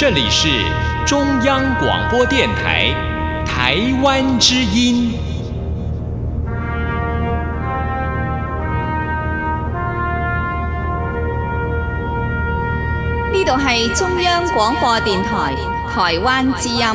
这里是中央广播电台台湾之音。 呢度係中央廣播電台台灣之音。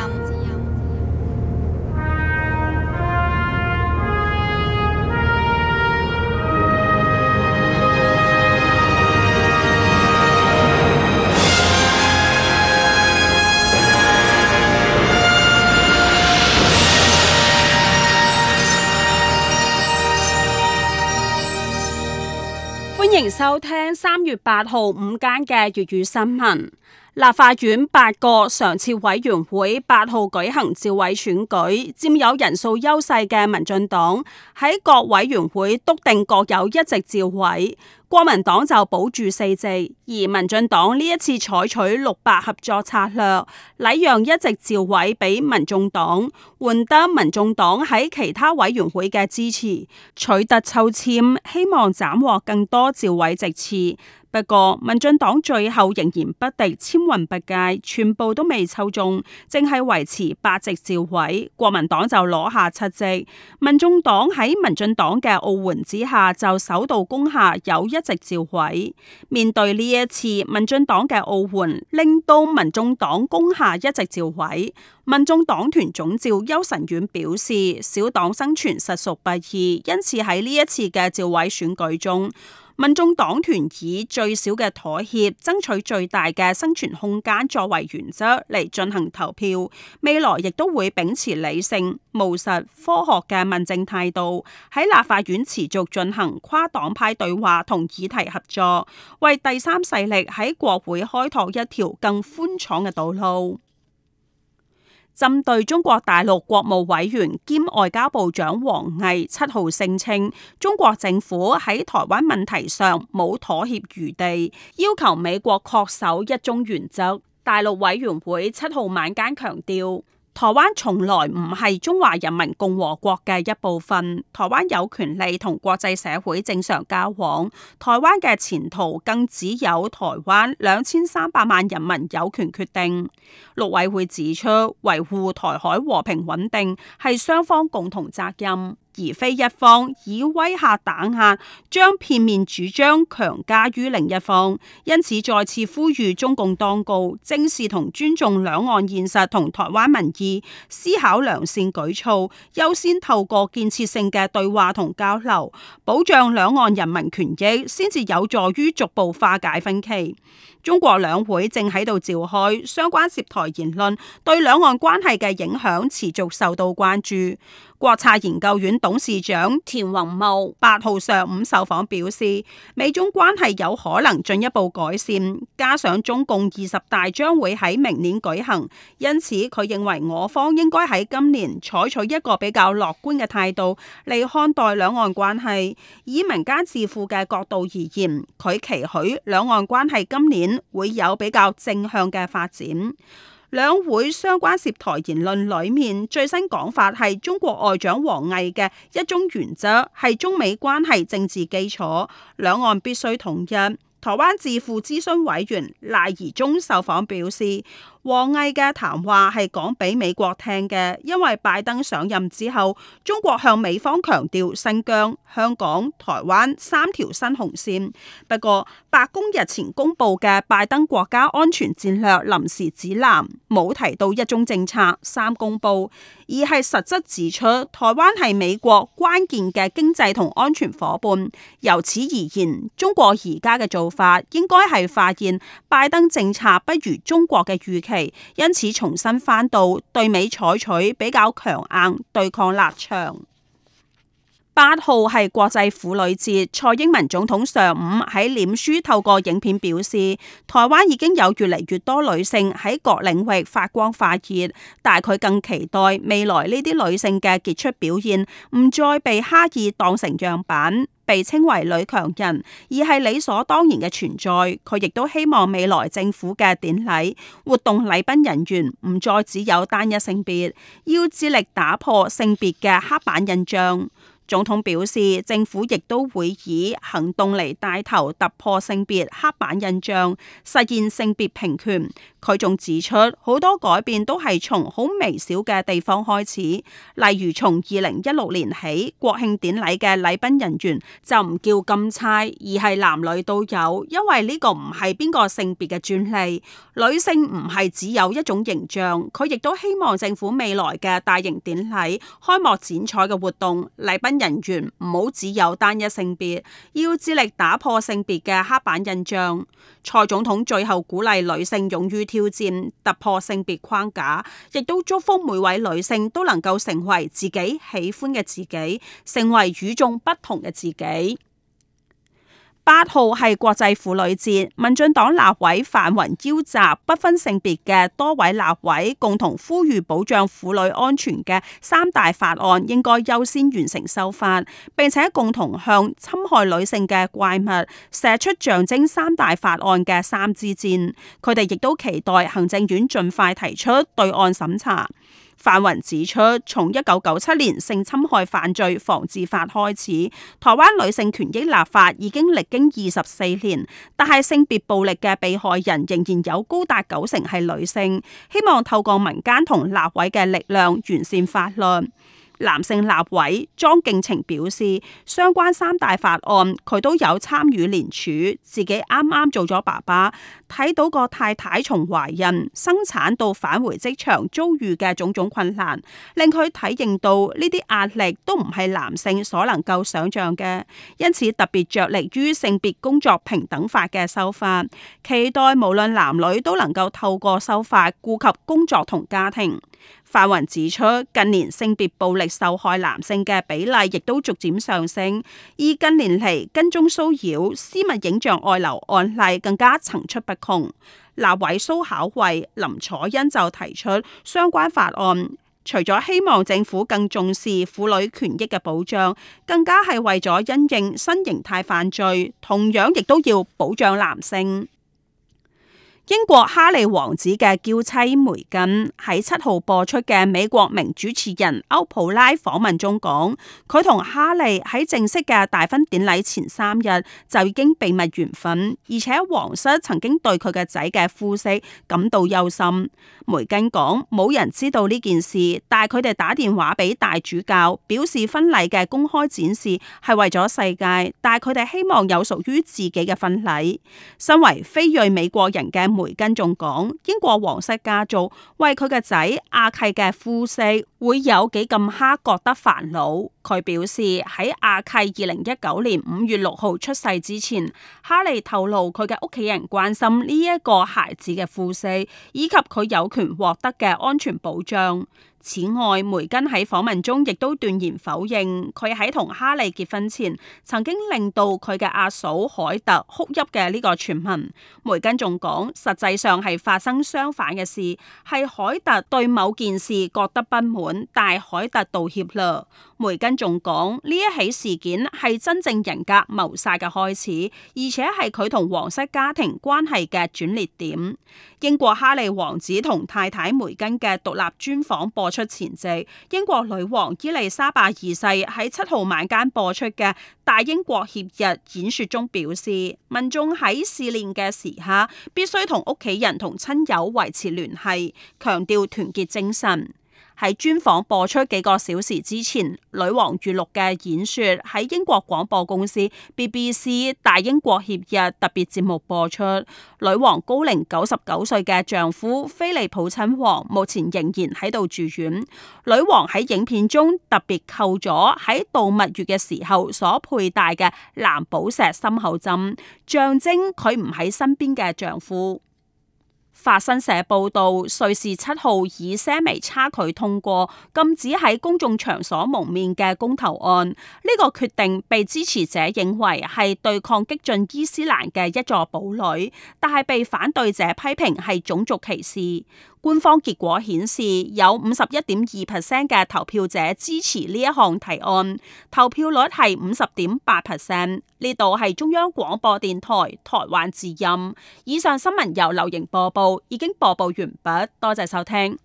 歡迎收聽3月8號午間嘅粵語新聞。立法院8個常設委員會8號舉行召委選舉，佔有人數優勢嘅民進黨喺各委員會篤定各有1席召委，國民黨就保住4席，而民進黨呢一次採取6-8合作策略，禮讓1席召委俾民眾黨，換得民眾黨喺其他委員會嘅支持，取得抽籤，希望斬獲更多召委席次。不過，民進黨最後仍然不敵籤運不佳，全部都未抽中，淨係維持8席召委，國民黨就攞下7席。民眾黨喺民進黨嘅奧援之下，就首度攻下有1席召委。面對呢一次民進黨嘅奧援，令到民眾黨攻下1席召委，民眾黨團總召邱臣遠表示，小黨生存實屬不易，因此喺呢一次嘅召委選舉中，民眾黨團以最少嘅妥協，爭取最大嘅生存空間作為原則嚟進行投票。未來亦都會秉持理性、務實、科學嘅問政態度，喺立法院持續進行跨黨派對話同議題合作，為第三勢力喺國會開拓一條更寬敞嘅道路。針對中國大陸國務委員兼外交部長王毅7號聲稱，中國政府喺台灣問題上冇妥協餘地，要求美國恪守一中原則。大陸委員會7號晚間強調，台灣從來唔係中華人民共和國嘅一部分，台灣有權利同國際社會正常交往，台灣嘅前途更只有台灣2300萬人民有權決定。陸委會指出，維護台海和平穩定係雙方共同責任，而非一方以威嚇打壓將片面主張強加於另一方。因此再次呼籲中共當局正視同尊重兩岸現實同台灣民意，思考良善舉措，優先透過建設性嘅對話同交流，保障兩岸人民權益，先至有助於逐步化解分歧。中國兩會正喺度召開，相關涉台言論對兩岸關係嘅影響持續受到關注。國策研究院董事長田宏茂8號上午受訪表示，美中關係有可能進一步改善，加上中共20大將會喺明年舉行，因此佢認為我方應該喺今年採取一個比較樂觀嘅態度嚟看待兩岸關係。以民間智庫嘅角度而言，佢期許兩岸關係今年會有比較正向嘅發展。兩會相關涉台言論裏面最新講法係中國外長王毅嘅一中原則係中美關係政治基礎，兩岸必須統一。台灣智庫諮詢委員賴宜中受訪表示，王毅嘅談話係講俾美國聽嘅，因為拜登上任之後，中國向美方強調新疆、香港、台灣3條新紅線。不過，白宮日前公布嘅拜登國家安全戰略臨時指南冇提到一中政策3公報，而係實質指出台灣係美國關鍵嘅經濟同安全夥伴。由此而言，中國而家嘅做法應該係發現拜登政策不如中國嘅預期，因此重新翻到對美採取比較強硬對抗立場。8號係國際婦女節，蔡英文總統上午喺臉書透過影片表示，台灣已經有越嚟越多女性喺各領域發光發熱，但佢更期待未來呢啲女性嘅傑出表現唔再被刻意當成樣板，被稱為女強人，而係理所當然嘅存在。佢亦都希望未來政府嘅典禮活動禮賓人員唔再只有單一性別，要致力打破性別嘅刻板印象。 總統表示，政府亦都會以行動嚟帶頭突破性別刻板印象，實現性別平權。佢仲指出，好多改變都係從好微小嘅地方開始，例如從2016年起，國慶典禮嘅禮賓人員就唔叫欽差，而係男女都有，因為呢個唔係邊個性別嘅專利，女性唔係只有一種形象。佢亦都希望政府未來嘅大型典禮、開幕剪彩嘅活動，禮賓人員唔好只有單一性別，要致力打破性別嘅刻板印象。蔡總統最後鼓勵女性勇於挑戰，突破性別框架，亦都祝福每位女性都能夠成為自己喜歡嘅自己，成為與眾不同嘅自己。8號係國際婦女節，民進黨立委范雲邀集不分性別嘅多位立委，共同呼籲保障婦女安全嘅3大法案應該優先完成修法，並且共同向侵害女性嘅怪物射出象徵3大法案嘅3支箭。佢哋亦都期待行政院盡快提出對案審查。范雲指出，從1997年性侵害犯罪防治法開始，台灣女性權益立法已經歷經24年，但係性別暴力嘅被害人仍然有高達90%係女性。希望透過民間同立委嘅力量完善法律。男性立委莊敬晴表示，相關3大法案佢都有參與聯署，自己啱啱做咗爸爸，睇到個太太從懷孕、生產到返回職場遭遇嘅種種困難，令佢體認到呢啲壓力都唔係男性所能夠想象嘅，因此特別着力於性別工作平等法嘅修法，期待無論男女都能夠透過修法顧及工作同家庭。范雲指出，近年性別暴力受害男性嘅比例亦都逐漸上升，而近年嚟跟蹤騷擾、私密影像外流案例更加層出不窮。立委蘇巧慧、林楚茵就提出相關法案，除咗希望政府更重視婦女權益嘅保障，更加係為咗因應新形態犯罪，同樣亦都要保障男性。英國哈利王子嘅嬌妻梅根喺7號播出嘅美國名主持人歐普拉訪問中講，佢同哈利喺正式嘅大婚典禮前3日就已經秘密完婚，而且皇室曾經對佢嘅仔嘅膚色感到憂心。梅根講，冇人知道呢件事，但係佢哋打電話俾大主教，表示婚禮嘅公開展示係為咗世界，但係佢哋希望有屬於自己嘅婚禮。身為非裔美國人嘅梅根仲講，英國皇室家族為佢嘅仔阿契嘅膚色會有幾咁黑覺得煩惱。佢表示喺阿契2019年5月6號出世之前，哈利透露佢嘅屋企人關心呢一個孩子嘅膚色，以及佢有權獲得嘅安全保障。此外，梅根喺訪問中亦都斷言否認佢喺同哈利結婚前曾經令到佢嘅阿嫂凱特哭泣嘅呢個傳聞。梅根仲講，實際上係發生相反嘅事，係凱特對某件事覺得不滿，但凱特道歉啦。梅根仲講，呢一起事件係真正人格謀殺嘅開始，而且係佢同皇室家庭關係嘅轉捩點。英國哈利王子同太太梅根嘅獨立專訪播出前夕，英國女王伊麗莎白二世喺7號晚間播出嘅大英國協日演說中表示，民眾喺試煉嘅時刻必須同屋企人同親友維持聯繫，強調團結精神。喺專訪播出幾個小時之前，女王預錄嘅演說喺英國廣播公司 BBC 大英國協日特別節目播出。女王高齡99歲嘅丈夫菲利普親王目前仍然喺度住院。女王喺影片中特別扣咗喺度蜜月嘅時候所佩戴嘅藍寶石心口針，象徵佢唔喺身邊嘅丈夫。法新社報道，瑞士7號以些微差距通過禁止喺公眾場所蒙面嘅公投案，呢個決定被支持者認為係對抗激進伊斯蘭嘅一座堡壘，但係被反對者批評係種族歧視。官方結果顯示，有51.2% 嘅投票者支持呢一項提案，投票率係50.8%。呢度係中央廣播電台台灣之音。以上新聞由劉瑩播報，已經播報完畢，多謝收聽。